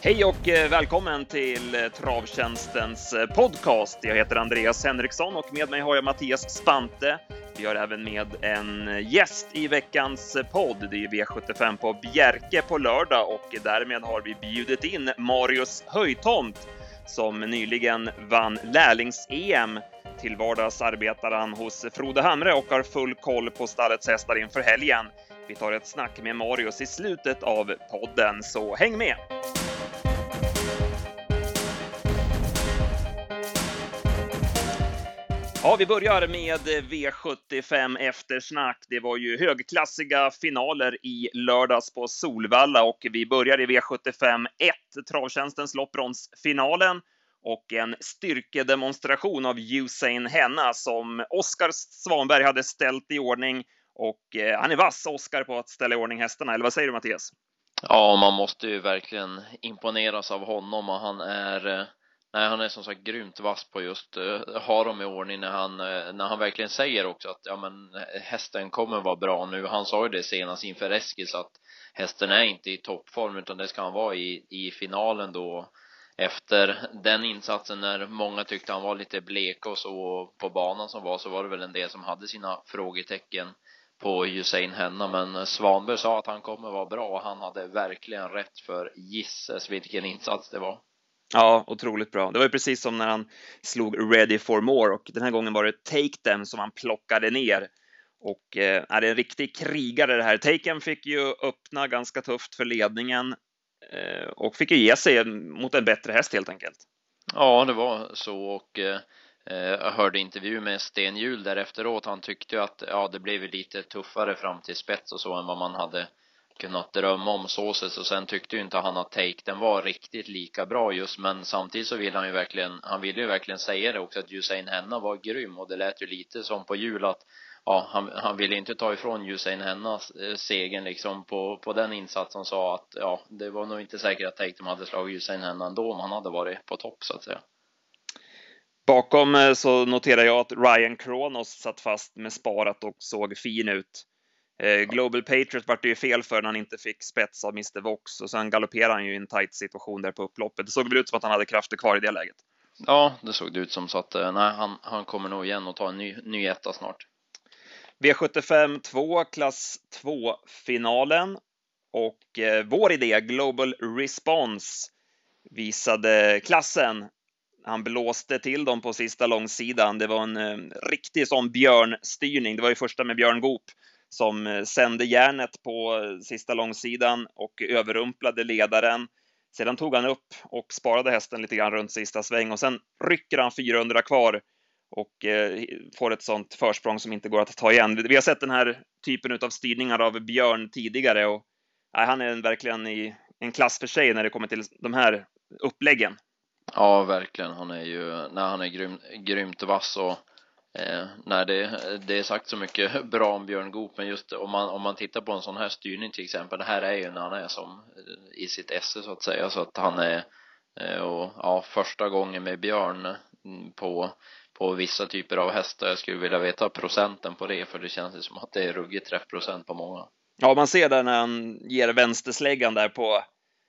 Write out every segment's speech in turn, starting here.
Hej och välkommen till Travtjänstens podcast. Jag heter Andreas Henriksson och med mig har jag Mattias Spante. Vi har även med en gäst i veckans podd. Det är V75 på Bjerke på lördag och därmed har vi bjudit in Marius Höjtomt som nyligen vann lärlings-EM. Till vardags arbetar han hos Frode Hamre och har full koll på stallets hästar inför helgen. Vi tar ett snack med Marius i slutet av podden, så häng med! Ja, vi börjar med V75 eftersnack. Det var ju högklassiga finaler i lördags på Solvalla och vi börjar i V75 1, Travtjänstens loppbronsfinalen och en styrkedemonstration av Usain Henna som Oskar Svanberg hade ställt i ordning och han är vass, Oskar, på att ställa i ordning hästarna. Eller vad säger du, Mattias? Ja, man måste ju verkligen imponeras av honom och han är som sagt grymt vass på just ha dem i ordning när han verkligen säger också att ja, men hästen kommer vara bra nu. Han sa ju det senast inför Eskils att hästen är inte i toppform utan det ska han vara i finalen då. Efter den insatsen när många tyckte han var lite blek och så på banan så var det väl en del som hade sina frågetecken på Usain Henna, men Svanberg sa att han kommer vara bra och han hade verkligen rätt, för gisses vilken insats det var. Ja, otroligt bra. Det var ju precis som när han slog Ready for More och den här gången var det Take Them som han plockade ner. Och är det en riktig krigare det här. Taken fick ju öppna ganska tufft för ledningen och fick ju ge sig mot en bättre häst helt enkelt. Ja, det var så och jag hörde intervju med Sten Hjul där efteråt. Han tyckte att ja, det blev lite tuffare fram till spets och så än vad man hade kunnat drömma om så sen tyckte ju inte han att Take den var riktigt lika bra just, men samtidigt så ville han ville ju verkligen säga det också att Usain Henna var grym och det lät ju lite som på Hjul att ja, han ville inte ta ifrån Usain Hennas segern liksom på den insatsen, sa att ja, det var nog inte säkert att Take dem hade slagit Usain Henna ändå om han hade varit på topp så att säga. Bakom så noterar jag att Ryan Kronos satt fast med sparat och såg fin ut. Global Patriot var det ju fel för när han inte fick spets av Mr. Vox och sen galopperade han ju i en tight situation där på upploppet. Det såg väl ut som att han hade krafter kvar i det läget. Ja, det såg det ut som, så att nej, han kommer nog igen och ta en ny etta snart. V75 2, klass 2-finalen och vår idé, Global Response, visade klassen. Han blåste till dem på sista långsidan. Det var en riktig sån björnstyrning. Det var ju första med Björn Goop som sände järnet på sista långsidan och överrumplade ledaren. Sedan tog han upp och sparade hästen lite grann runt sista sväng och sen rycker han 400 kvar och får ett sånt försprång som inte går att ta igen. Vi har sett den här typen av styrningar av Björn tidigare och han är verkligen i en klass för sig när det kommer till de här uppläggen. Ja, verkligen. Han är grymt vass och det är sagt så mycket bra om Björn Goop, men just om man tittar på en sån här styrning till exempel, det här är ju när han är som i sitt esse så att säga, så att han är och ja, första gången med Björn på vissa typer av hästar. Jag skulle vilja veta procenten på det, för det känns som att det är ruggigt träffprocent på många. Ja, man ser där när han ger vänstersläggan där på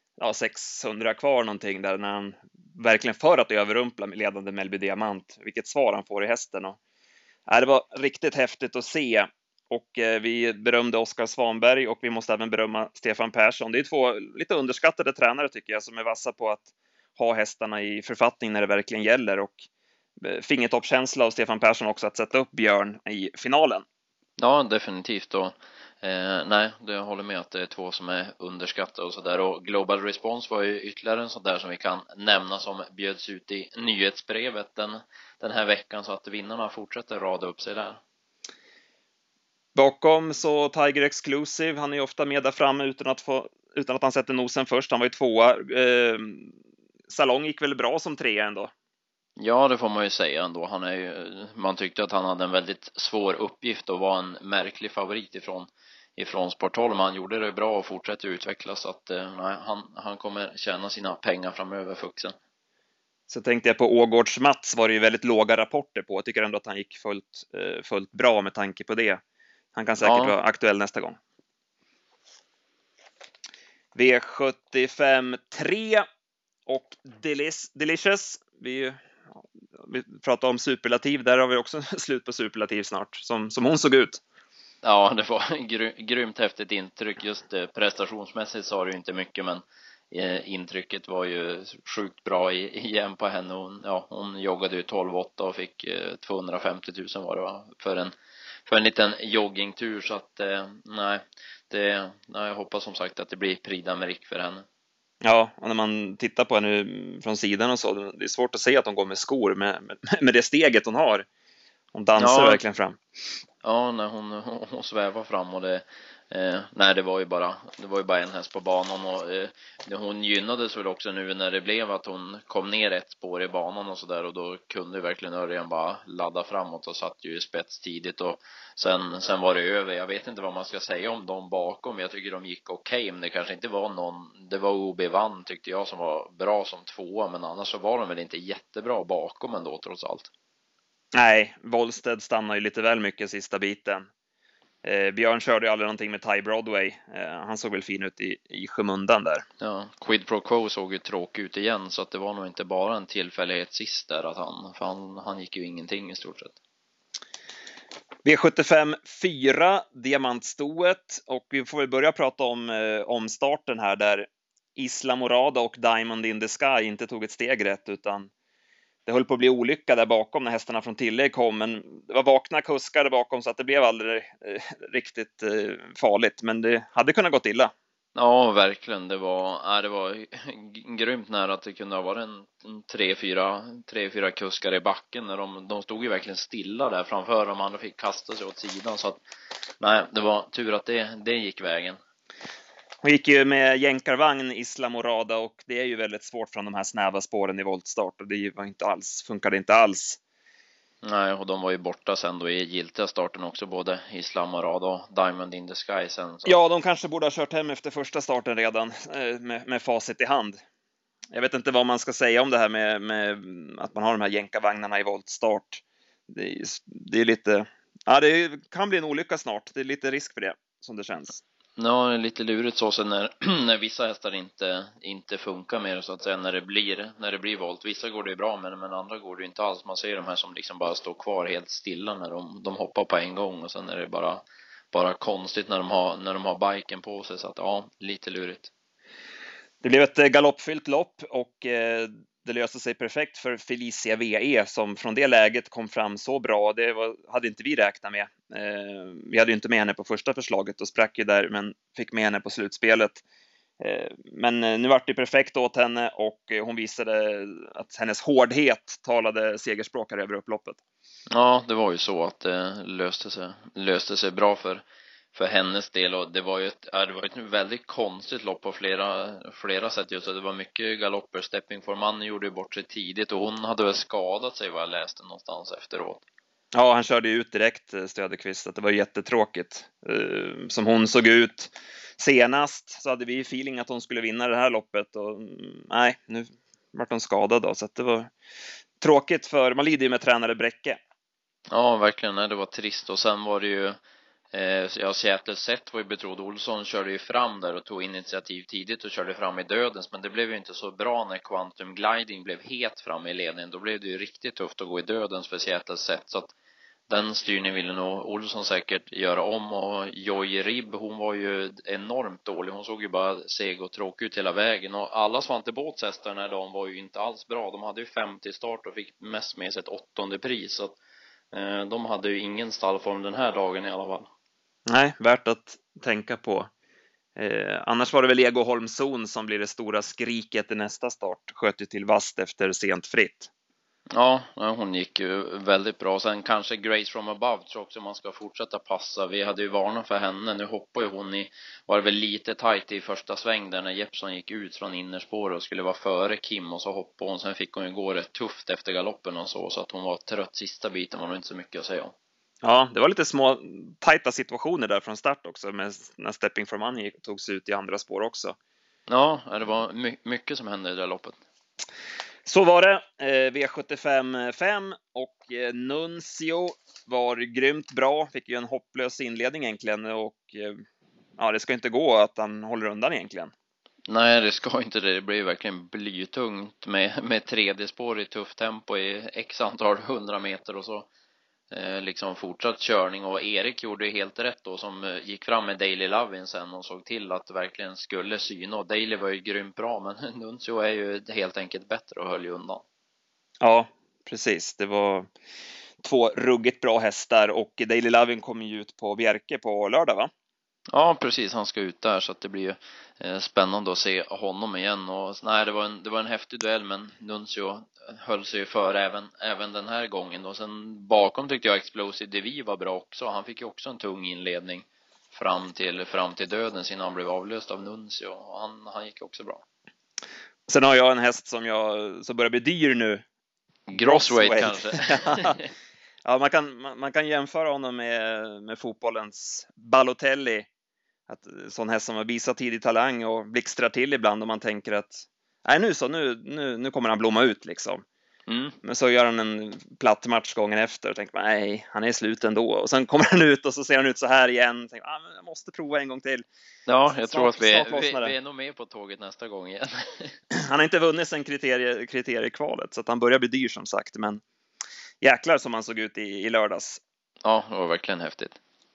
600 kvar någonting där, när han verkligen för att överrumpla med ledande Melby Diamant, vilket svar han får i hästen. Och det var riktigt häftigt att se och vi berömde Oskar Svanberg och vi måste även berömma Stefan Persson. Det är två lite underskattade tränare tycker jag som är vassa på att ha hästarna i författning när det verkligen gäller, och fingertoppkänsla av Stefan Persson också att sätta upp Björn i finalen. Ja, definitivt då. Nej, jag håller med att det är två som är underskattade och sådär. Och Global Response var ju ytterligare en sån där som vi kan nämna som bjöds ut i nyhetsbrevet den här veckan, så att vinnarna fortsätter rada upp sig där. Bakom så Tiger Exclusive, han är ju ofta med där framme utan att han sätter nosen först. Han var ju tvåa. Salong gick väl bra som trea ändå. Ja, det får man ju säga ändå. Man tyckte att han hade en väldigt svår uppgift och var en märklig favorit ifrån Sportholm. Han gjorde det bra och fortsätter utvecklas, så att han kommer tjäna sina pengar framöver, Fuxen. Så tänkte jag på Ågårds Mats var det ju väldigt låga rapporter på. Jag tycker ändå att han gick fullt bra med tanke på det. Han kan säkert vara aktuell nästa gång. V75 3 Och Delicious, vi pratar om superlativ, där har vi också slut på superlativ snart, som hon såg ut. Ja, det var grymt häftigt intryck. Just prestationsmässigt sa det ju inte mycket, men intrycket var ju sjukt bra igen på henne. Hon joggade ju 12,8 och fick 250 000 var det, va? För en liten joggingtur. Så att jag hoppas som sagt att det blir Prix d'Amérique för henne. Ja, och när man tittar på henne från sidan och så, det är svårt att se att hon går med skor med det steget hon har. Hon dansar verkligen fram. Ja, när hon svävar fram, och det var ju bara en häst på banan, och hon gynnades väl också nu när det blev att hon kom ner ett spår i banan och sådär, och då kunde verkligen Örjan bara ladda framåt och satt ju i spets tidigt, och sen var det över. Jag vet inte vad man ska säga om dem bakom. Jag tycker de gick okej, men det kanske inte var någon. Det var OB Vann tyckte jag som var bra som tvåa, men annars så var de väl inte jättebra bakom ändå trots allt. Nej, Wollsted stannar ju lite väl mycket sista biten. Björn körde ju aldrig någonting med Ty Broadway. Han såg väl fin ut i skymundan där. Ja, Quid Pro Quo såg ju tråkig ut igen, så att det var nog inte bara en tillfällighet sist där att han gick ju ingenting i stort sett. V75 4, diamantstoet, och vi får väl börja prata om starten här där Isla Morada och Diamond in the Sky inte tog ett steg rätt, utan det höll på att bli olycka där bakom när hästarna från tillägg kom, men det var vakna kuskar där bakom så att det blev aldrig riktigt farligt, men det hade kunnat gått illa. Ja, verkligen. Det var grymt nära att det kunde ha varit en 3-4 kuskar i backen när de stod ju verkligen stilla där framför dem, andra fick kasta sig åt sidan, så att nej, det var tur att det gick vägen. Hon gick ju med jänkarvagn Isla Morada, och det är ju väldigt svårt från de här snäva spåren i voltstart, och det funkade inte alls. Nej, och de var ju borta sen då i giltiga starten också, både Isla Morada och Diamond in the Sky sen. Så. Ja, de kanske borde ha kört hem efter första starten redan med facit i hand. Jag vet inte vad man ska säga om det här med att man har de här jänkarvagnarna i voltstart. Det är lite... Ja, det kan bli en olycka snart. Det är lite risk för det, som det känns. Ja, det är lite lurigt så sen när vissa hästar inte funkar mer, så att säga, när det blir volt. Vissa går det bra, men andra går det inte alls. Man ser de här som liksom bara står kvar helt stilla när de hoppar på en gång, och sen är det bara konstigt när de har biken på sig, så att ja, lite lurigt. Det blev ett galoppfyllt lopp, och det löste sig perfekt för Felicia VE som från det läget kom fram så bra. Hade inte vi räknat med. Vi hade ju inte med henne på första förslaget och sprack ju där, men fick med henne på slutspelet. Men nu var det perfekt åt henne, och hon visade att hennes hårdhet talade segerspråk över upploppet. Ja, det var ju så att det löste sig bra för hennes del, och det var ett väldigt konstigt lopp på flera sätt. Just att det var mycket galopper. Stepping for Money gjorde ju bort sig tidigt, och hon hade väl skadat sig, vad jag läste någonstans efteråt. Ja, han körde ju ut direkt, Stöderqvist, att det var jättetråkigt. Som hon såg ut senast så hade vi feeling att hon skulle vinna det här loppet, och nej, nu vart hon skadad då, så att det var tråkigt, för man lider ju med tränare Bräcke. Ja, verkligen. Nej, det var trist. Och sen var det ju Seattle Set var ju betrodd. Olsson körde ju fram där och tog initiativ tidigt och körde fram i dödens, men det blev ju inte så bra när Quantum Gliding blev het fram i ledningen. Då blev det ju riktigt tufft att gå i dödens för Seattle Set, så att den styrningen ville nog Olsson säkert göra om. Och Joy Ribb, hon var ju enormt dålig. Hon såg ju bara seg och tråkig ut hela vägen. Och alla Svante Båths hästar den här dagen var ju inte alls bra. De hade ju 50 start och fick mest med sig ett 8:e pris. Så att, de hade ju ingen stallform den här dagen i alla fall. Nej, värt att tänka på. Annars var det väl Ego Holmzon som blir det stora skriket i nästa start. Sköt ju till vast efter sent fritt. Ja, hon gick ju väldigt bra. Sen kanske Grace from Above tror också man ska fortsätta passa. Vi hade ju varnat för henne. Nu hoppar ju hon var väl lite tajt i första sväng där när Jeppson gick ut från innerspår och skulle vara före Kim, och så hoppade hon. Sen fick hon ju gå rätt tufft efter galoppen och så att hon var trött sista biten, var nog inte så mycket att säga om. Ja, det var lite små tajta situationer där från start också, med när Stepping for Money togs ut i andra spår också. Ja, det var mycket som hände i det där loppet. Så var det. V75 5 och Nuncio var grymt bra. Fick ju en hopplös inledning egentligen, och ja, det ska inte gå att han håller undan egentligen. Nej, det ska inte det. Det blir verkligen blytungt med tredje spår i tufft tempo i x antal 100 meter och så liksom fortsatt körning. Och Erik gjorde ju helt rätt då, som gick fram med Daily Lovin sen och såg till att det verkligen skulle syna. Och Daily var ju grymt bra, men Nuncio är ju helt enkelt bättre och höll ju undan. Ja, precis. Det var 2 ruggigt bra hästar och Daily Lovin kommer ju ut på Bjerke på lördag, va? Ja, precis. Han ska ut där, så att det blir ju spännande att se honom igen. Och nej, det var en häftig duell, men Nuncio höll sig ju för även den här gången. Och sen bakom tyckte jag Explosive Devi var bra också. Han fick ju också en tung inledning fram till döden innan han blev avlöst av Nuncio. Och han gick också bra. Sen har jag en häst som börjar bli dyr nu. Grossweight kanske. Ja, man kan jämföra honom med fotbollens Balotelli. Att sån häst som har visat tidig talang och blixtrar till ibland, och man tänker att nej, nu kommer han blomma ut liksom. Men så gör han en platt match gången efter och tänker man, nej, han är slut ändå. Och sen kommer han ut och så ser han ut så här igen och tänker, men jag måste prova en gång till. Ja, jag tror att vi är nog med på tåget nästa gång igen. Han har inte vunnit sen kriteriekvalet, så att han börjar bli dyr som sagt. Men jäklar som han såg ut i lördags. Ja, det var verkligen häftigt.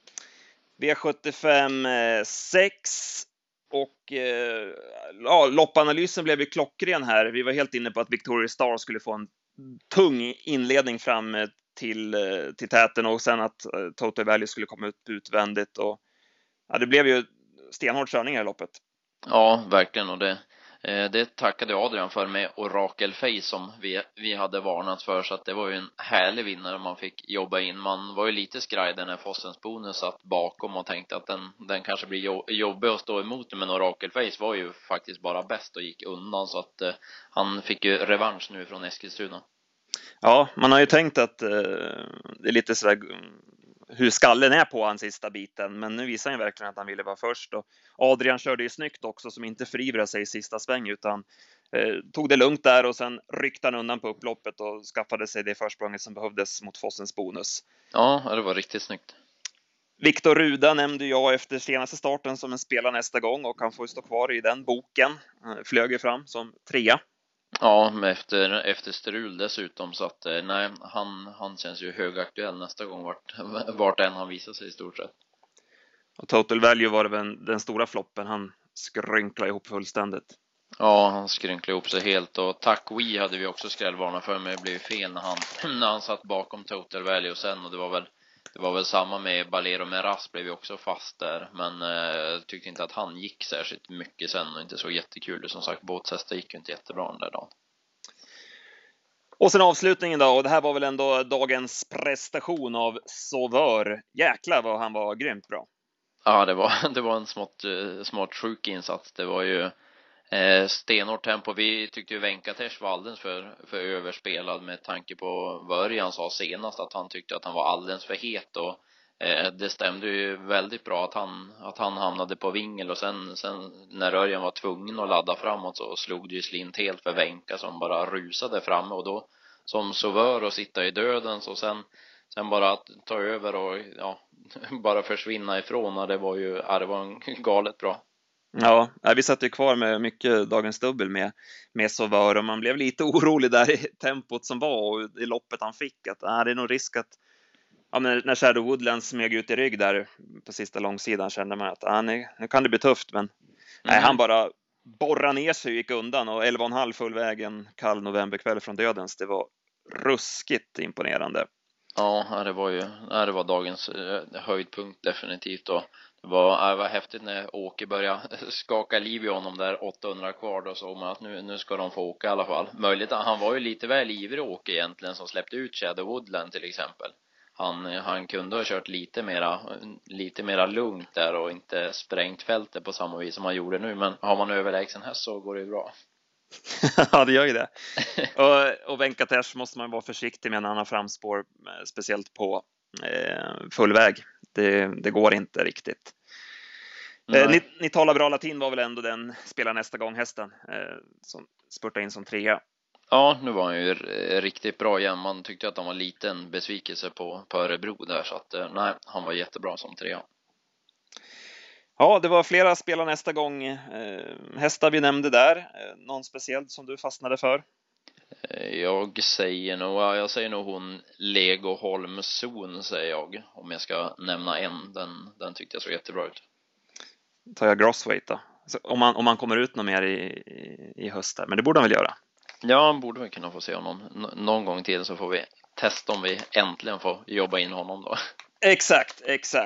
V75 6 och loppanalysen blev ju klockren här. Vi var helt inne på att Victoria Star skulle få en tung inledning fram till täten, och sen att Total Value skulle komma ut utvändigt, och ja, det blev ju stenhård körning i loppet. Ja, verkligen, och det tackade Adrian för med Oracle Face som vi hade varnat för, så att det var ju en härlig vinnare man fick jobba in. Man var ju lite skraj när Fossens bonus satt bakom och tänkte att den kanske blir jobbig att stå emot, men Oracle Face var ju faktiskt bara bäst och gick undan, så att han fick ju revansch nu från Eskilstuna. Ja, man har ju tänkt att det är lite sådär hur skallen är på hans sista biten, men nu visar han verkligen att han ville vara först, och Adrian körde ju snyggt också, som inte förivrar sig i sista sväng utan tog det lugnt där, och sen ryckte han undan på upploppet och skaffade sig det försprånget som behövdes mot Fossens bonus. Ja, det var riktigt snyggt. Viktor Ruda nämnde jag efter senaste starten som en spelare nästa gång, och han får stå kvar i den boken. Flög ju fram som 3. Ja, efter strul dessutom, så att nej, han känns ju högaktuell nästa gång vart än han visar sig i stort sett. Och Total Value var det den stora floppen, han skrynklade ihop fullständigt. Ja, han skrynklade ihop sig helt, och Tack We hade vi också skrällvarna för, men det blev fel när han satt bakom Total Value sen, och det var väl samma med Balero Meras, blev ju också fast där, men jag tyckte inte att han gick särskilt mycket sen och inte så jättekul. Som sagt, båthästar gick ju inte jättebra den där dagen. Och sen avslutningen då, och det här var väl ändå dagens prestation av Sauveur. Jäklar vad han var grymt bra. Ja, det var en smått sjuk insats. Det var ju stenhårt tempo. Vi tyckte ju Venkatesh var alldeles för överspelad, med tanke på vad Örjan sa senast, att han tyckte att han var alldeles för het, och det stämde ju väldigt bra att han hamnade på vingel, och sen när Örjan var tvungen att ladda framåt så slog det ju slint helt för Venka, som bara rusade fram, och då som Sauveur och sitta i döden, så sen bara att ta över och ja, bara försvinna ifrån, och det var en galet bra. Ja, vi satt ju kvar med mycket dagens dubbel med Sauveur, och man blev lite orolig där i tempot som var och i loppet han fick, att det är nog risk att när Shadow Woodlands smög ut i rygg där på sista långsidan, kände man att nu kan det bli tufft, men han bara borrade ner sig och gick undan, och 11,5 full vägen kall novemberkväll från dödens. Det var ruskigt imponerande. Ja, det var dagens höjdpunkt definitivt, och det var häftigt när Åke började skaka liv i honom där 800 kvar, då såg man att nu ska de få åka i alla fall. Möjligt att han var ju lite väl ivrig Åke egentligen, som släppte ut Shadow Woodland till exempel. Han kunde ha kört lite mera lugnt där och inte sprängt fältet på samma vis som han gjorde nu, men har man överlägsen häst så går det ju bra. Ja, det gör ju det. Och Venkatesh måste man vara försiktig med när han har framspår, speciellt på full väg. Det går inte riktigt. Ni talar bra latin var väl ändå den spelar nästa gång hästen som spurtar in som 3. Ja, nu var han ju riktigt bra igen. Man tyckte att han var liten besvikelse på Örebro där, så att nej, han var jättebra som 3. Ja, det var flera spelare nästa gång. Hästar vi nämnde där. Någon speciellt som du fastnade för? Jag säger nog hon Lego Holmzon säger jag. Om jag ska nämna en. Den tyckte jag så jättebra ut. Tar jag Grossweight då? Så om man kommer ut något mer i höst där. Men det borde han väl göra? Ja, han borde väl kunna få se honom någon gång till, så får vi testa om vi äntligen får jobba in honom då. Exakt.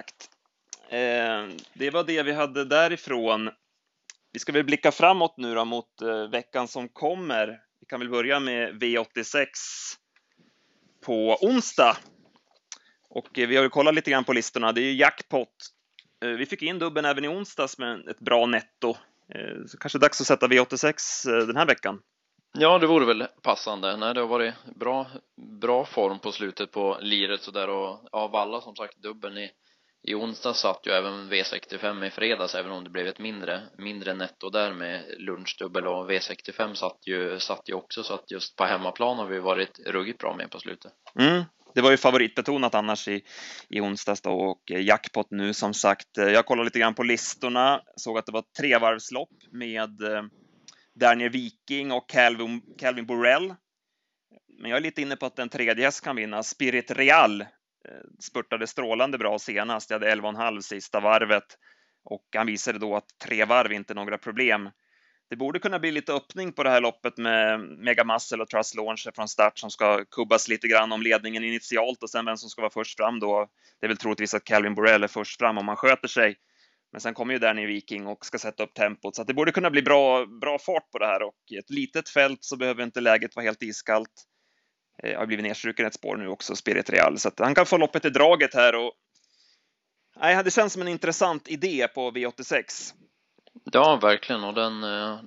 Det var det vi hade därifrån. Vi ska väl blicka framåt nu då mot veckan som kommer. Vi kan väl börja med V86 på onsdag. Och vi har ju kollat lite grann på listorna. Det är ju jackpot. Vi fick in dubben även i onsdags med ett bra netto. Så kanske dags att sätta V86 den här veckan. Ja, det vore väl passande. Nej, det har varit bra form på slutet på liret så där, och av alla som sagt dubben i onsdag satt ju även V65 i fredags, även om det blev ett mindre netto där med lunchdubbel, och V65 satt ju också, så att just på hemmaplan har vi varit ruggigt bra med på slutet. Det var ju favoritbetonat annars i onsdags då, och jackpot nu som sagt. Jag kollade lite grann på listorna, såg att det var 3-varvslopp med Daniel Viking och Calvin Borrell. Men jag är lite inne på att den tredje häst kan vinna. Spirit Real spurtade strålande bra senast. Jag hade 11,5 sista varvet. Och han visade då att 3 varv inte är några problem. Det borde kunna bli lite öppning på det här loppet med Mega Muscle och Trust Launcher från start som ska kubbas lite grann om ledningen initialt och sen vem som ska vara först fram då. Det är väl troligtvis att Calvin Borrell är först fram om man sköter sig. Men sen kommer ju Danny Viking och ska sätta upp tempot. Så att det borde kunna bli bra fart på det här. Och i ett litet fält så behöver inte läget vara helt iskallt. Jag har blivit nedstruken ett spår nu också, Spirit Real. Så att han kan få loppet i draget här. Och nej, det känns som en intressant idé på V86. Ja, verkligen. Och den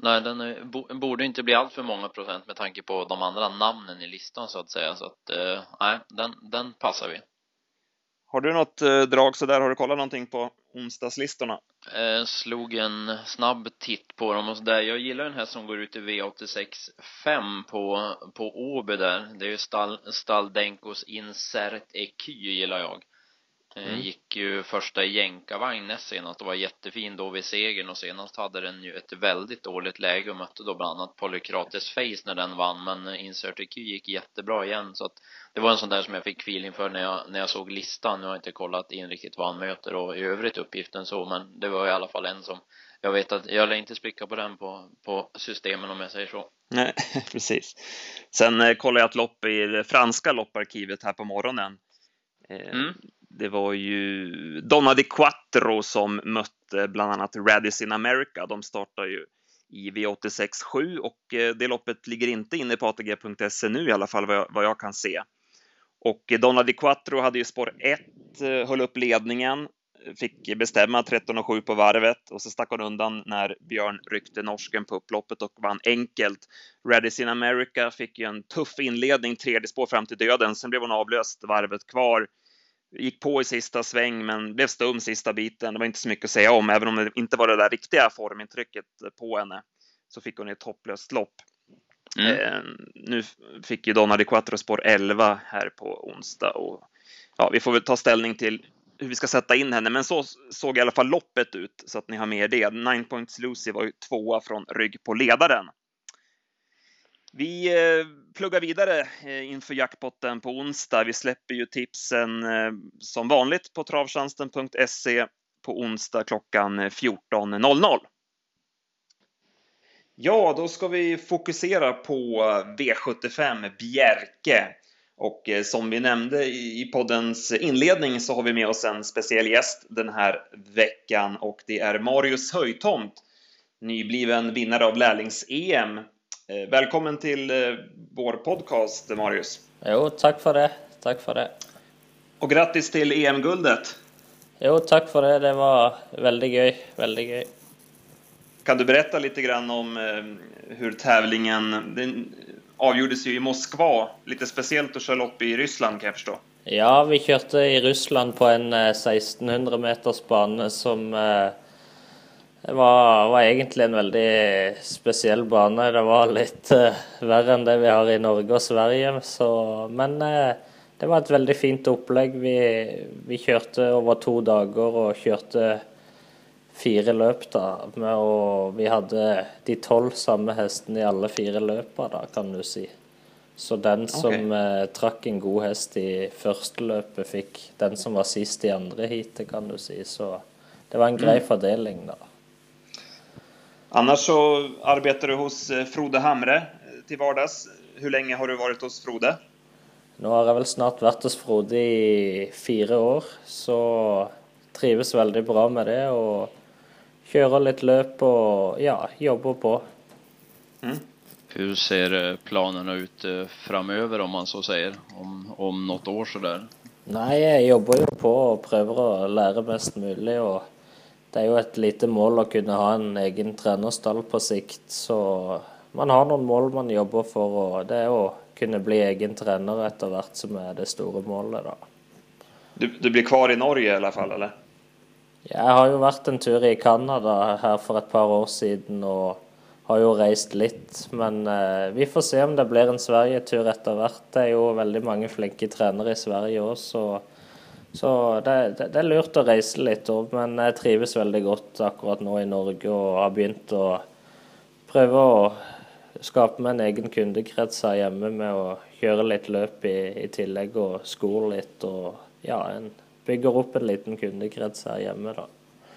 borde inte bli allt för många procent med tanke på de andra namnen i listan så att säga. Så att nej, den passar vi. Har du något drag så där? Har du kollat någonting på onsdagslistorna? Slog en snabb titt på dem och så där. Jag gillar den här som går ut i V86 5 på Åby där. Det är ju Staldenkos Insert EQ gillar jag. Gick ju första i jänkarvagn näst senast och var jättefin då vid segern, och senast hade den ju ett väldigt dåligt läge och mötte då bland annat Polykrates Face när den vann, men Insert EQ gick jättebra igen, så att det var en sån där som jag fick feeling för när jag såg listan. Nu har jag inte kollat in riktigt vad han möter och i övrigt uppgiften så, men det var i alla fall en som jag vet att jag lär inte spricka på den på systemen om jag säger så. Nej, precis. Sen kollade jag ett lopp i det franska lopparkivet här på morgonen. Det var ju Donna di Quattro som mötte bland annat Radisson America. De startar ju i V86-7 och det loppet ligger inte inne på ATG.se nu i alla fall vad jag kan se. Och Donna di Quattro hade ju spår 1, höll upp ledningen, fick bestämma 13,7 på varvet och så stack hon undan när Björn ryckte norsken på upploppet och vann enkelt. Radisson America fick ju en tuff inledning, tredje spår fram till döden, sen blev hon avlöst varvet kvar. Gick på i sista sväng men blev stum sista biten. Det var inte så mycket att säga om. Även om det inte var det där riktiga formintrycket på henne så fick hon ett topplöst lopp. Nu fick ju Donna di Quattro spår 11 här på onsdag. Och ja, vi får väl ta ställning till hur vi ska sätta in henne. Men så såg i alla fall loppet ut så att ni har med det. 9 Points Lucy var ju 2 från rygg på ledaren. Vi pluggar vidare inför jackpotten på onsdag. Vi släpper ju tipsen som vanligt på travtjänsten.se på onsdag klockan 14.00. Ja, då ska vi fokusera på V75 Bjerke. Och som vi nämnde i poddens inledning så har vi med oss en speciell gäst den här veckan. Och det är Marius Höjtomt, nybliven vinnare av lärlings-EM. Välkommen till vår podcast, Marius. Jo, tack för det. Tack för det. Och grattis till EM-guldet. Jo, tack för det. Det var väldigt gøy. Kan du berätta lite grann om hur tävlingen... Den avgjordes ju i Moskva. Lite speciellt att köra lopp i Ryssland kan jag förstå. Ja, vi körde i Ryssland på en 1600 meters bane som... Det var egentlig en veldig spesiell bane. Det var litt verre enn det vi har i Norge og Sverige. Men det var et veldig fint opplegg. Vi kjørte over 2 dager og kjørte 4 løp da, og vi hadde de 12 samme hestene i alle 4 løper da, kan du si. Så den som trakk en god hest i første løpet fikk den som var sist i andre heatet, kan du si. Så det var en grei fordeling da. Annars så arbetar du hos Frode Hamre till vardags. Hur länge har du varit hos Frode? Nå har jeg vel snart vært hos Frode i 4 år, så trives veldig bra med det, og kjører litt løp og ja, jobber på. Hur ser planerna ut framöver om man så säger, om något år så där? Nei, jeg jobber jo på og prøver å lære mest mulig, og det er jo et lite mål å kunne ha en egen trenerstall på sikt, så man har noen mål man jobber for, og det er å kunne bli egen trener etter hvert som er det store målet da. Du blir kvar i Norge i alla fall, eller? Jeg har jo vært en tur i Kanada her for et par år siden, og har jo reist litt, men vi får se om det blir en Sverige-tur etter hvert. Det er jo veldig mange flinke trenere i Sverige også, så det er lurt å reise litt, men jeg trives veldig godt akkurat nå i Norge, og har begynt å prøve å skape meg en egen kundekrets her hjemme med å kjøre litt løp i tillegg, og skole litt, og ja, bygger opp en liten kundekrets här hemma då.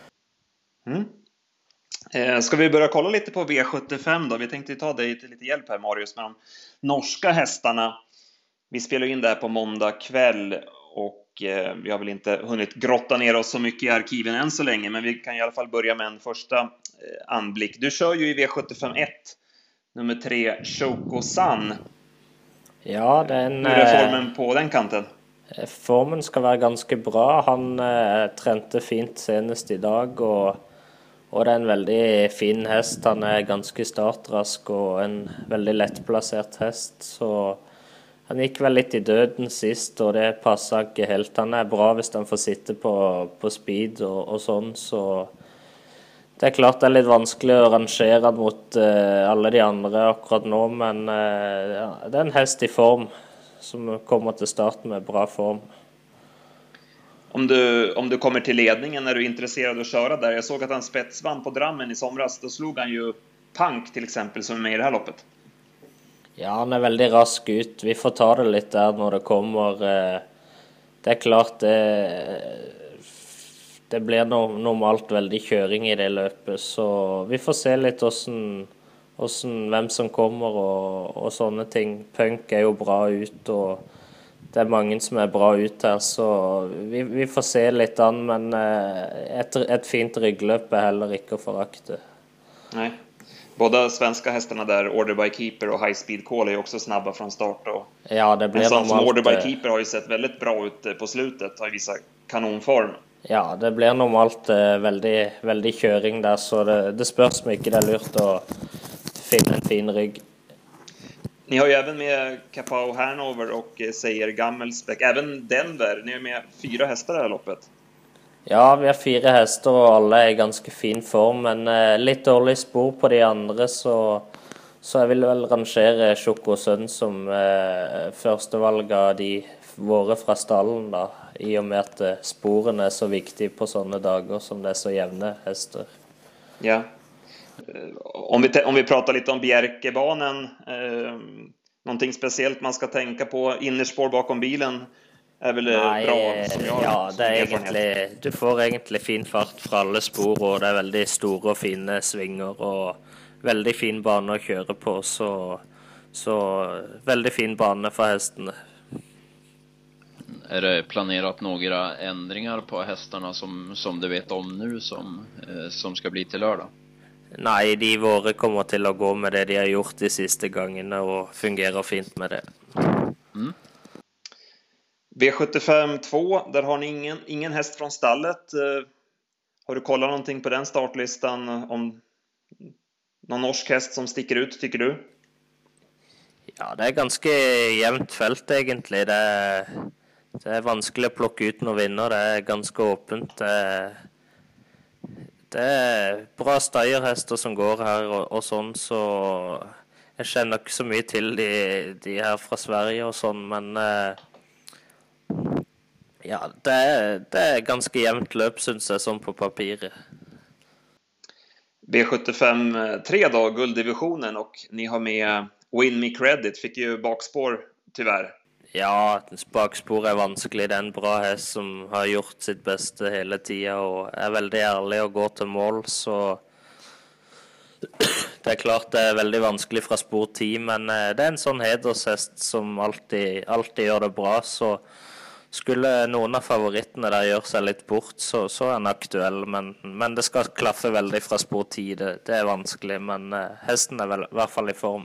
Ska vi börja kolla lite på V75 då? Vi tänkte ta dig till lite hjälp här, Marius, med de norska hästarna. Vi spelar in det här på måndag kväll och vi har väl inte hunnit grotta ner oss så mycket i arkiven än så länge, men vi kan i alla fall börja med en första anblick. Du kör ju i V75 1, nummer 3, Choco Sun. Ja, hur är formen på den kanten? Formen skal være ganske bra. Han trente fint senest i dag, og det er en veldig fin hest. Han er ganske startrask og en veldig lettplassert hest, så han gikk vel litt i døden sist, og det passet ikke helt. Han er bra hvis han får sitte på speed og sånn, så det er klart det er litt vanskelig å rangere mot alle de andre akkurat nå, men ja, det er en hest i form som kommer till start med bra form. Om du kommer till ledningen, är du intresserad att köra där? Jag såg att han spetsvann på Drammen i somras. Då slog han ju Pank till exempel som är med i det här loppet. Ja, han är väldigt rask ut. Vi får ta det lite där när det kommer. Det är klart det blir normalt väldigt köring i det löpet, så vi får se lite hvem som kommer og sånne ting. Punk er jo bra ut, og det er mange som er bra ut her, så vi får se litt an, men et fint ryggløp er heller ikke å forakte. Nej. Båda svenska hästarna där, Order by Keeper och High Speed Call, är ju också snabba från start. Och ja, det blir en sån som Order by Keeper har ju sett väldigt bra ut på slutet, har ju visat kanonform. Ja, det blir normalt veldig kjøring der, så det spørs om ikke det er lurt å finne en fin rygg. Ni har ju även med Capao Hanover och Seier Gammelsbäck, även Denver. Ni är med 4 hästar i det här loppet. Ja, vi har 4 hester og alle er i ganske fin form, men litt dårlig spor på de andre, så jeg vil vel rangere Choco Sun som førstevalg av de våre fra stallen da, i og med at sporene er så viktige på sånne dager som det er så jevne hester. Ja. Om vi pratar lite om Bjerkebanen, någonting speciellt man ska tänka på, innerspår bakom bilen är väl bra som jag har. Ja, det er egentlig, du får egentlig fin fart fra alle spor, og det er veldig store og fine svinger, og veldig fin bane å kjøre på, så veldig fin bane for hestene. Är det planerat några ändringar på hästarna som du vet om nu som ska bli till lördag? Nei, de våre kommer til å gå med det de har gjort de siste gangene, og fungerer fint med det. V75 2, där har ni ingen häst från stallet. Har du kollat någonting på den startlistan om någon norsk häst som sticker ut, tycker du? Ja, det er ganske jevnt felt egentlig. Det er vanskelig å plukke ut noen vinner, det er ganske åpent. Det er bra steierhester som går her og sånn, så jeg kjenner ikke så mye til de her fra Sverige og sånn, men ja, det er ganske jevnt løp, synes jeg, sånn på papiret. V75 3 då, gulddivisionen, och ni har med Win Me Credit, fick ju bakspår tyvärr. Ja, bakspor er vanskelig. Det er en bra hest som har gjort sitt beste hele tida og er veldig ærlig og går til mål, så det er klart det er veldig vanskelig fra spor 10, men det er en sånn hedershest som alltid gjør det bra, så skulle noen av favorittene der gjøre seg litt bort, så er den aktuell, men det skal klaffe veldig fra spor 10, det er vanskelig, men hesten er vel, i hvert fall i form.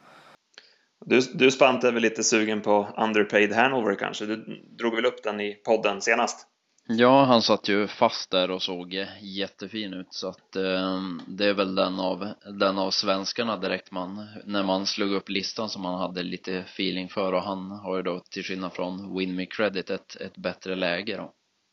Du Spante är väl lite sugen på Underpaid Hanover kanske? Du drog väl upp den i podden senast? Ja, han satt ju fast där och såg jättefin ut, så att det är väl den av svenskarna direkt när man slog upp listan som man hade lite feeling för, och han har ju då till skillnad från Win Me Credit ett bättre läge då.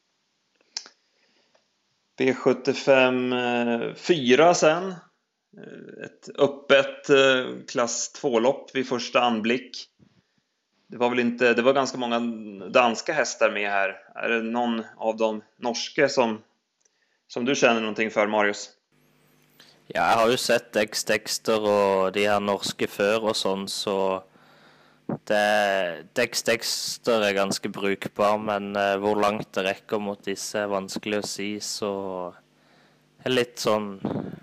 V75 4 sen. Ett öppet klass 2-lopp vid första anblick. Det var ganska många danska hästar med här. Är det någon av de norske som du känner någonting för, Marius? Ja, jeg har jo sett Dexter og de her norske før og sånn, så Dexter er ganske brukbar, men hvor langt det rekker mot disse er vanskelig å si, så er litt sånn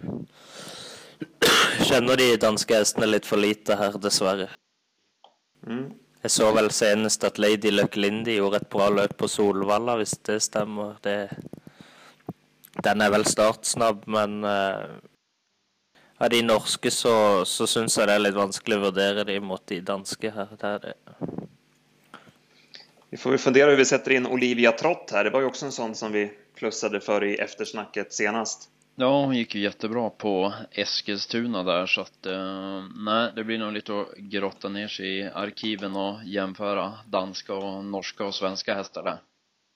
kjenner de danske hestene litt for lite her, dessverre. Jeg så vel senest at Lady Luck Lindy gjorde et bra løp på Solvalla, hvis det stemmer. Den er vel startsnabb, men av de norske så synes jeg det er litt vanskelig å vurdere de mot de danske her. Det er det. Vi får väl fundera hur vi sätter in Olivia Trott här. Det var ju också en sån som vi plussade för i eftersnacket senast. Ja, hon gick ju jättebra på Eskilstuna där, så att nej, det blir nog lite att grotta ner sig i arkiven och jämföra danska och norska och svenska hästar där.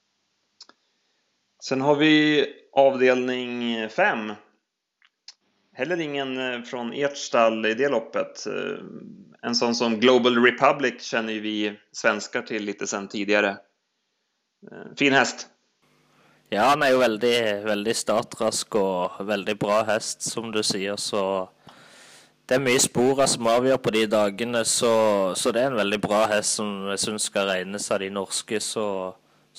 Sen har vi avdelning 5. Heller ingen från ert stall i det loppet. En sån som Global Republic känner ju vi svenskar till lite sen tidigare. Fin häst. Ja, han er jo veldig startrask og veldig bra hest, som du sier, så det er mye sporer som avgjør på de dagene, så det er en veldig bra hest som jeg synes skal regnes av de norske, så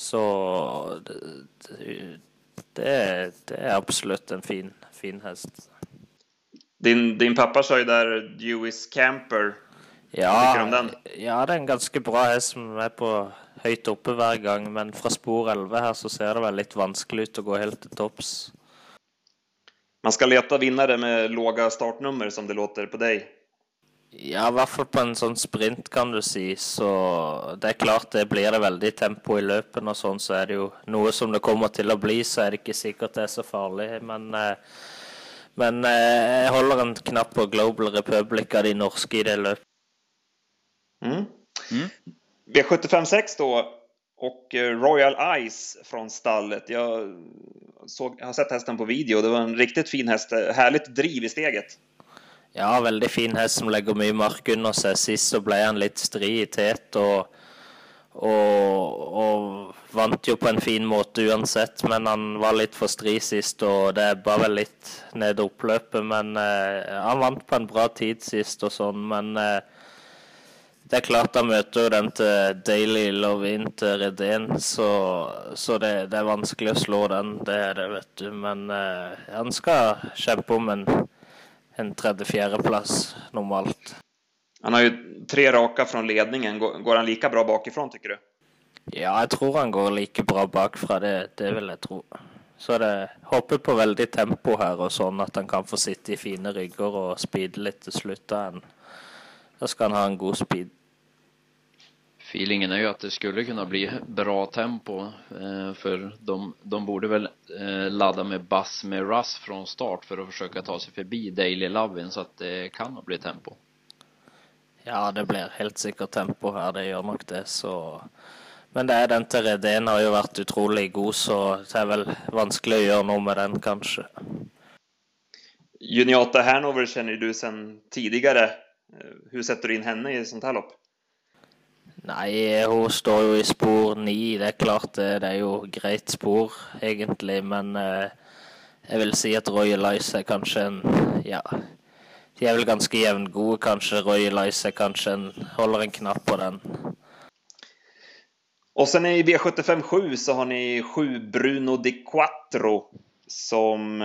det er absolutt en fin hest. Din pappa sa ju där Lewis Camper. Ja, det er en ganske bra hest som er på høyt oppe hver gang, men fra spor 11 her så ser det vel litt vanskelig ut å gå helt til topps. Man ska leta vinnare med låga startnummer, som det låter på dig. Ja, i hvert fall på en sånn sprint kan du si, så det er klart det blir det veldig tempo i løpen og sånn, så er det jo noe som det kommer til å bli, så er det ikke sikkert det er så farlig, men jeg holder en knapp på Global Republic av de norske i det løpet. V75-6 då, och Royal Ice från stallet. Jag har sett hästen på video. Det var en riktigt fin häst. Härligt driv i steget. Ja, veldig fin hest som legger mye mark under seg. Sist så ble han litt stri i tet og vant jo på en fin måte uansett, men han var litt for stri sist, og det var vel litt ned oppløpet, men han vant på en bra tid sist og sånn, men det er klart han møter jo den til Daily Love In til Redén, så det er vanskelig å slå den, det er det, vet du, men han skal kjempe om en 34. plass normalt. Han har ju 3 raka från ledningen. Går han lika bra bakifrån, tycker du? Ja, jeg tror han går like bra bakfra, det vil jeg tro. Så det håper på veldig tempo her, og sånn at han kan få sitte i fine rygger og speede litt til slutt av en. Da skal han ha en god speed. Feelingen är ju att det skulle kunna bli bra tempo, för de borde väl ladda med Buzz med Russ från start för att försöka ta sig förbi Daily Lovin, så att det kan bli tempo. Ja, det blir helt sikkert tempo her, det gjør nok det, så... Men det er den til Redén har jo vært utrolig god, så det er vel vanskelig å gjøre noe med den, kanskje. Juniata Hanover känner du sen tidigare. Hur sätter du in henne i sånt här lopp? Nei, hun står jo i spor 9, det er klart det er jo greit spor egentlig, men Jeg vil si at Royal Ice er kanskje ja, de er vel ganske jevngode, kanskje. Royal Ice er kanskje håller en knapp på den. Och sen i V75-7 så har ni 7 Bruno di Quattro som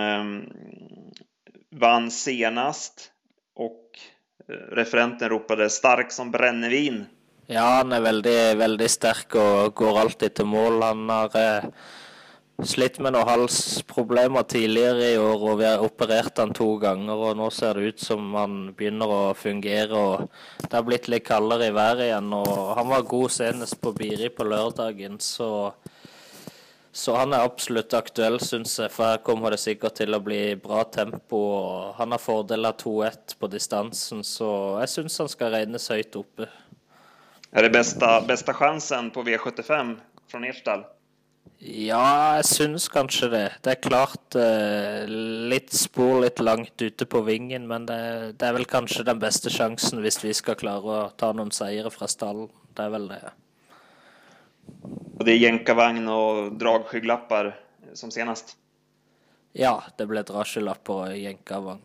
vann senast. Och referenten ropade stark som brännevin. Ja, han er veldig, veldig sterk og går alltid til mål. Han har slitt med noen halsproblemer tidligere i år, og vi har operert han 2 ganger, og nå ser det ut som han begynner å fungere, og det har blitt litt kaldere i været igjen, og han var god senest på Biri på lørdagen, så han er absolutt aktuell, synes jeg, for her kommer det sikkert til å bli bra tempo, og han har fordel av 2-1 på distansen, så jeg synes han skal regnes høyt oppe. Är det bästa chansen på V75 från ert stall? Ja, jeg synes kanskje det. Det er klart litt spor litt langt ute på vingen, men det er vel kanskje den beste sjansen hvis vi skal klare å ta noen seire fra stallen. Det er vel det. Och det är jänkarvagn och dragskygglappar som senast? Ja, det ble dragskygglappar og jänkarvagn.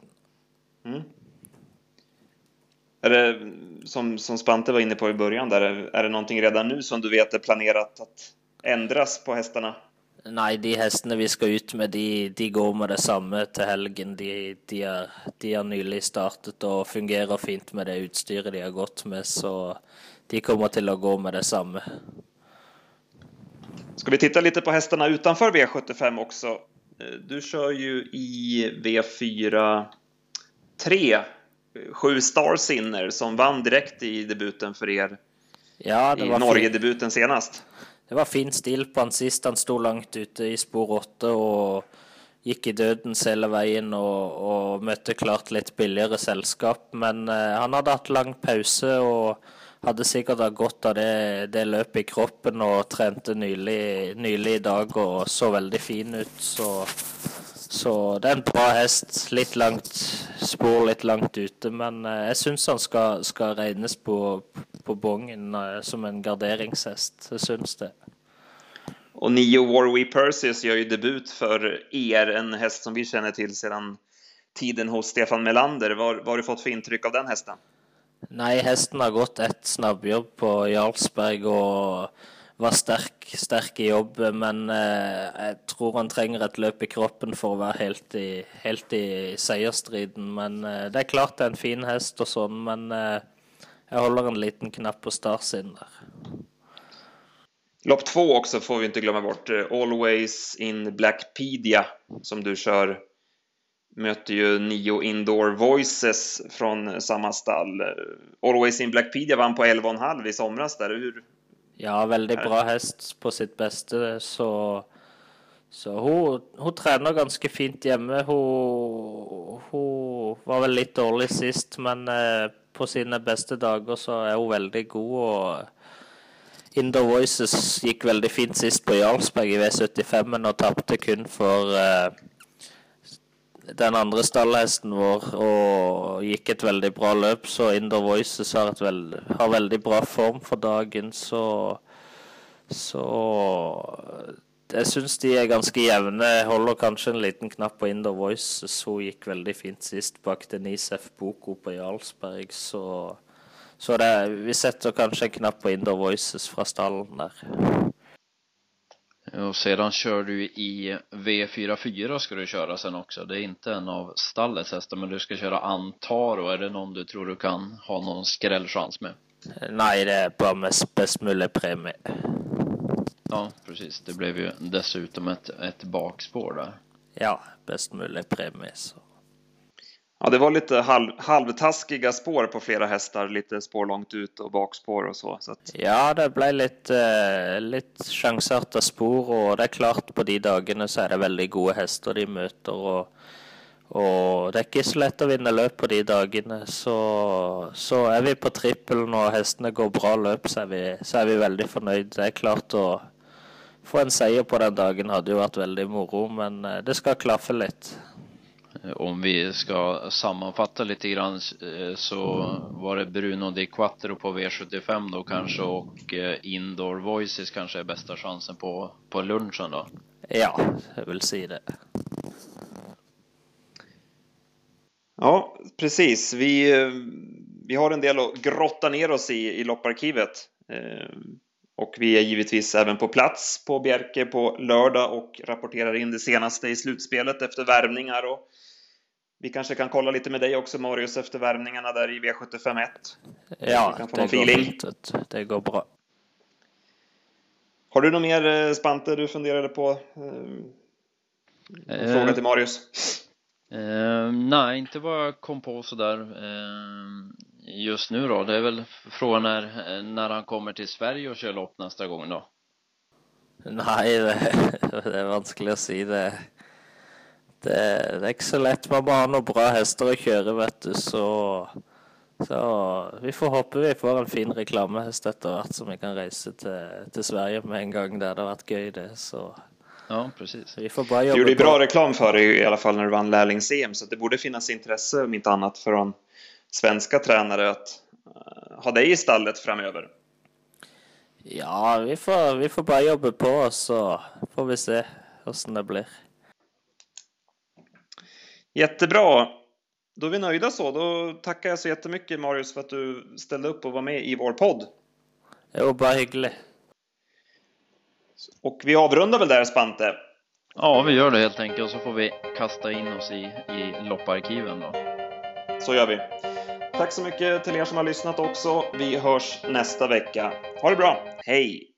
Är det som Spante var inne på i början där, är det någonting redan nu som du vet är planerat att ändras på hästarna? Nei, de hestene vi skal ut med, de går med det samme til helgen. De har nylig startet og fungerer fint med det utstyret de har gått med, så de kommer til å gå med det samme. Ska vi titta lite på hästarna utanför V75 också? Du kör ju i V4 3 7 Star Sinner som vann direkt i debuten för er. Ja, det var i Norge-debuten senast. Det var fin stil på han sist. Han stod langt ute i spor 8 og gikk i dødens hele veien og møtte klart litt billigere selskap. Men han hadde hatt lang pause og hadde sikkert hatt godt av det løpet i kroppen og trente nylig i dag og så veldig fin ut. Så det er en bra hest. Litt langt spor, litt langt ute. Men jeg synes han skal regnes på bongen som en garderingshest. Jeg synes det. Och 9 Warwi Perseus gör ju debut för er, en häst som vi känner till sedan tiden hos Stefan Melander. Vad har du fått för intryck av den hästen? Nej, hästen har gått ett snabbjobb på Jarlsberg och var sterk i jobb, men jeg tror han trenger et løp i kroppen for å være helt i seierstriden. Men det er klart det er en fin hest og sånn, men jeg holder en liten knapp på Starsin der. Lopp 2 också får vi inte glömma bort. Always in Blackpedia som du kör. Möter ju 9 Indoor Voices från samma stall. Always in Blackpedia vann på 11,5 i somras där. Ja, veldig bra hest på sitt beste, så hun trener ganske fint hjemme. Hun var vel litt dårlig sist, men på sine beste dager så er hun veldig god, og Indoor Voices gikk veldig fint sist på Jarlsberg i V75, og tappte kun for den andre stallhesten vår, og gikk et veldig bra løp, så Indoor Voices har veldig bra form for dagen, så jeg synes de er ganske jevne. Jeg holder kanskje en liten knapp på Indoor Voices. Hun gikk veldig fint sist bak Denise F. Boko på Jarlsberg, så vi setter kanskje en knapp på Indoor Voices fra stallen der. Och sedan kör du i V44 ska du köra sen också. Det är inte en av stallets hästar, men du ska köra Antaro. Är det någon du tror du kan ha någon skrällchans med? Nej, det är bara med bäst möjliga premie. Ja, precis. Det blev ju dessutom ett bakspår där. Ja, bäst möjliga premie så. Ja, det var lite halvtaskiga spår på flera hästar, lite spår långt ut och bakspår och så att... Ja, det blev litt sjansarta spor, og det er klart på de dagene så er det veldig gode hester de møter, og det er ikke så lett å vinne løp på de dagene, så er vi på trippelen og hestene går bra løp, så er vi veldig fornøyd. Det er klart å få en seier på den dagen hadde jo vært veldig moro, men det skal klaffe litt. Om vi ska sammanfatta lite grann så var det Bruno di Quattro på V75 då kanske, och Indoor Voices kanske är bästa chansen på lunchen då. Ja, jag vill säga det. Ja, precis. Vi har en del att grotta ner oss i lopparkivet. Och vi är givetvis även på plats på Bjerke på lördag och rapporterar in det senaste i slutspelet efter värvningar. Och vi kanske kan kolla lite med dig också, Marius, efter värvningarna där i V75-1. Ja, kan få det någon går feeling. fint. Det går bra. Har du något mer, Spante, du funderade på? Fråga till Marius. Nej, inte vad jag kom på sådär just nu då. Det är väl frågan när han kommer till Sverige och kör lopp nästa gång då. Nej, det är vanskelig att si det. Det är inte så lätt. Man bara har några bra hästar att köra, vet du. Så vi får hoppa vi får en fin reklamehäst efter vart som vi kan resa till Sverige med en gång där det har varit göj det. Så ja, precis. Vi får bara jobba. Du gjorde bra reklam för det i alla fall när du vann lärlings-EM, så det borde finnas intresse om inte annat från svenska tränare att ha dig i stallet framöver. Ja, vi får bara jobba på, så får vi se hur det blir. Jättebra. Då är vi nöjda så. Då tackar jag så jättemycket, Marius, för att du ställde upp och var med i vår podd. Det var bara hyggligt. Och vi avrundar väl där, Spante? Ja, vi gör det helt enkelt, och så får vi kasta in oss i lopparkiven då. Så gör vi. Tack så mycket till er som har lyssnat också. Vi hörs nästa vecka. Ha det bra. Hej!